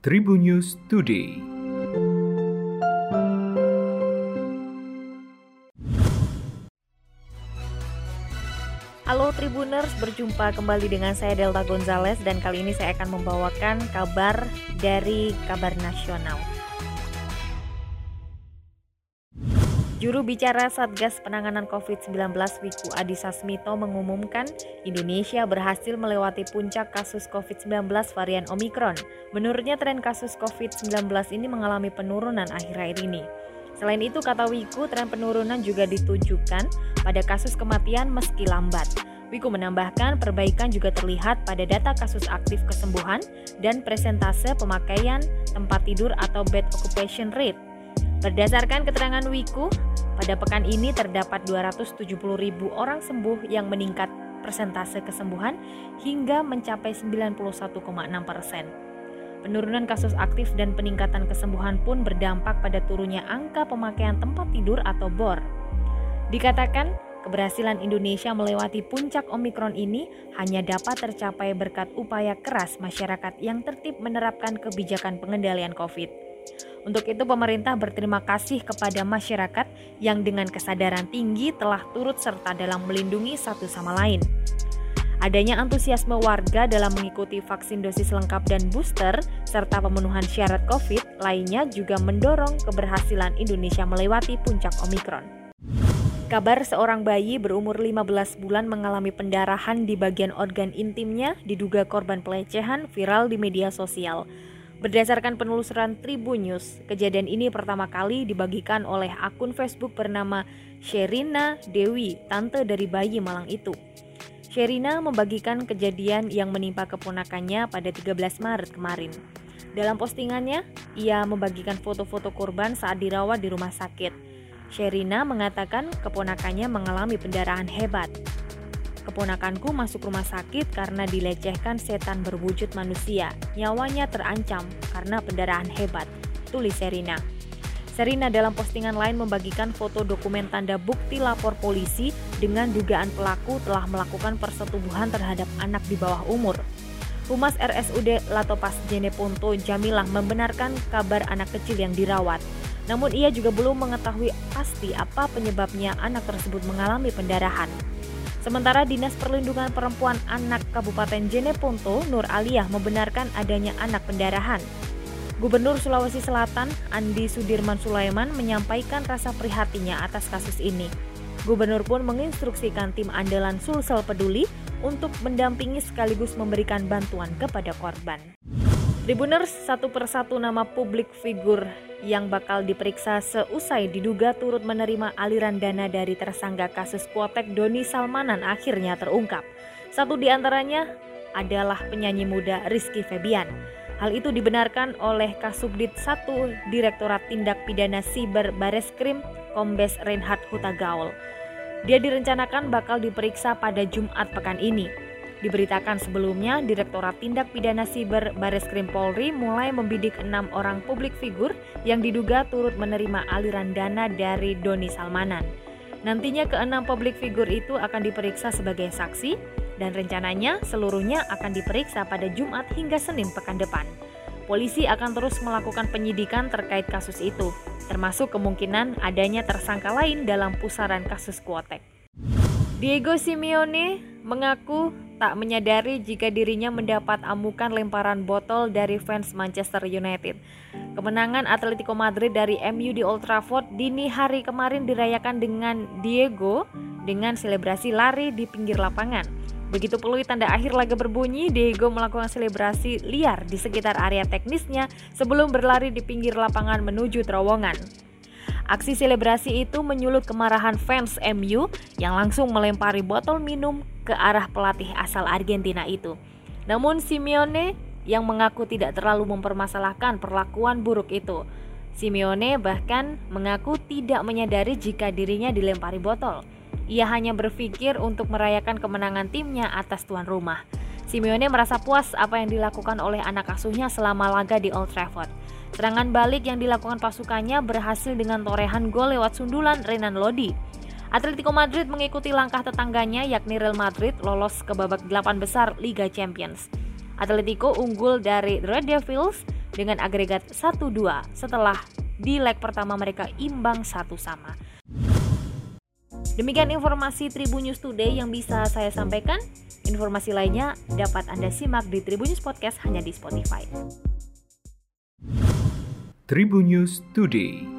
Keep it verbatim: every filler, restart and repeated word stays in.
Tribun News Today. Halo Tribuners, berjumpa kembali dengan saya Delta Gonzales dan kali ini saya akan membawakan kabar dari Kabar Nasional. Juru bicara Satgas Penanganan covid sembilan belas Wiku Adhisa Smito mengumumkan Indonesia berhasil melewati puncak kasus covid sembilan belas varian Omikron. Menurutnya tren kasus covid sembilan belas ini mengalami penurunan akhir-akhir ini. Selain itu, kata Wiku, tren penurunan juga ditujukan pada kasus kematian meski lambat. Wiku menambahkan perbaikan juga terlihat pada data kasus aktif kesembuhan dan presentase pemakaian tempat tidur atau bed occupation rate. Berdasarkan keterangan Wiku, pada pekan ini terdapat dua ratus tujuh puluh ribu orang sembuh yang meningkat persentase kesembuhan hingga mencapai sembilan puluh satu koma enam persen. Penurunan kasus aktif dan peningkatan kesembuhan pun berdampak pada turunnya angka pemakaian tempat tidur atau B O R. Dikatakan, keberhasilan Indonesia melewati puncak Omikron ini hanya dapat tercapai berkat upaya keras masyarakat yang tertib menerapkan kebijakan pengendalian COVID. Untuk itu, pemerintah berterima kasih kepada masyarakat yang dengan kesadaran tinggi telah turut serta dalam melindungi satu sama lain. Adanya antusiasme warga dalam mengikuti vaksin dosis lengkap dan booster, serta pemenuhan syarat COVID lainnya juga mendorong keberhasilan Indonesia melewati puncak Omikron. Kabar seorang bayi berumur lima belas bulan mengalami pendarahan di bagian organ intimnya diduga korban pelecehan viral di media sosial. Berdasarkan penelusuran Tribun News, kejadian ini pertama kali dibagikan oleh akun Facebook bernama Sherina Dewi, tante dari bayi malang itu. Sherina membagikan kejadian yang menimpa keponakannya pada tiga belas Maret kemarin. Dalam postingannya, ia membagikan foto-foto korban saat dirawat di rumah sakit. Sherina mengatakan keponakannya mengalami pendarahan hebat. Keponakanku masuk rumah sakit karena dilecehkan setan berwujud manusia. Nyawanya terancam karena pendarahan hebat, tulis Sherina. Sherina dalam postingan lain membagikan foto dokumen tanda bukti lapor polisi dengan dugaan pelaku telah melakukan persetubuhan terhadap anak di bawah umur. Humas R S U D Latopas Jeneponto Jamilah membenarkan kabar anak kecil yang dirawat. Namun ia juga belum mengetahui pasti apa penyebabnya anak tersebut mengalami pendarahan. Sementara Dinas Perlindungan Perempuan Anak Kabupaten Jeneponto, Nur Aliyah, membenarkan adanya anak pendarahan. Gubernur Sulawesi Selatan, Andi Sudirman Sulaiman, menyampaikan rasa prihatinnya atas kasus ini. Gubernur pun menginstruksikan tim andalan Sulsel Peduli untuk mendampingi sekaligus memberikan bantuan kepada korban. Tribuners, satu persatu nama publik figur yang bakal diperiksa seusai diduga turut menerima aliran dana dari tersangka kasus Kuotek Doni Salmanan akhirnya terungkap. Satu di antaranya adalah penyanyi muda Rizky Febian. Hal itu dibenarkan oleh Kasubdit satu Direktorat Tindak Pidana Siber Bareskrim Kombes Reinhard Huta Gaul. Dia direncanakan bakal diperiksa pada Jumat pekan ini. Diberitakan sebelumnya, Direktorat Tindak Pidana Siber Bareskrim Polri mulai membidik enam orang publik figur yang diduga turut menerima aliran dana dari Doni Salmanan. Nantinya keenam publik figur itu akan diperiksa sebagai saksi dan rencananya seluruhnya akan diperiksa pada Jumat hingga Senin pekan depan. Polisi akan terus melakukan penyidikan terkait kasus itu, termasuk kemungkinan adanya tersangka lain dalam pusaran kasus Kuotek. Diego Simeone mengaku tak menyadari jika dirinya mendapat amukan lemparan botol dari fans Manchester United. Kemenangan Atletico Madrid dari M U di Old Trafford dini hari kemarin dirayakan dengan Diego dengan selebrasi lari di pinggir lapangan. Begitu peluit tanda akhir laga berbunyi, Diego melakukan selebrasi liar di sekitar area teknisnya sebelum berlari di pinggir lapangan menuju terowongan. Aksi selebrasi itu menyulut kemarahan fans M U yang langsung melempari botol minum ke arah pelatih asal Argentina itu. Namun Simeone yang mengaku tidak terlalu mempermasalahkan perlakuan buruk itu. Simeone bahkan mengaku tidak menyadari jika dirinya dilempari botol. Ia hanya berpikir untuk merayakan kemenangan timnya atas tuan rumah. Simeone merasa puas apa yang dilakukan oleh anak asuhnya selama laga di Old Trafford. Serangan balik yang dilakukan pasukannya berhasil dengan torehan gol lewat sundulan Renan Lodi. Atletico Madrid mengikuti langkah tetangganya yakni Real Madrid lolos ke babak delapan besar Liga Champions. Atletico unggul dari Red Devils dengan agregat satu dua setelah di leg pertama mereka imbang satu sama. Demikian informasi Tribun News Today yang bisa saya sampaikan. Informasi lainnya dapat Anda simak di Tribun News Podcast hanya di Spotify. Tribun News Today.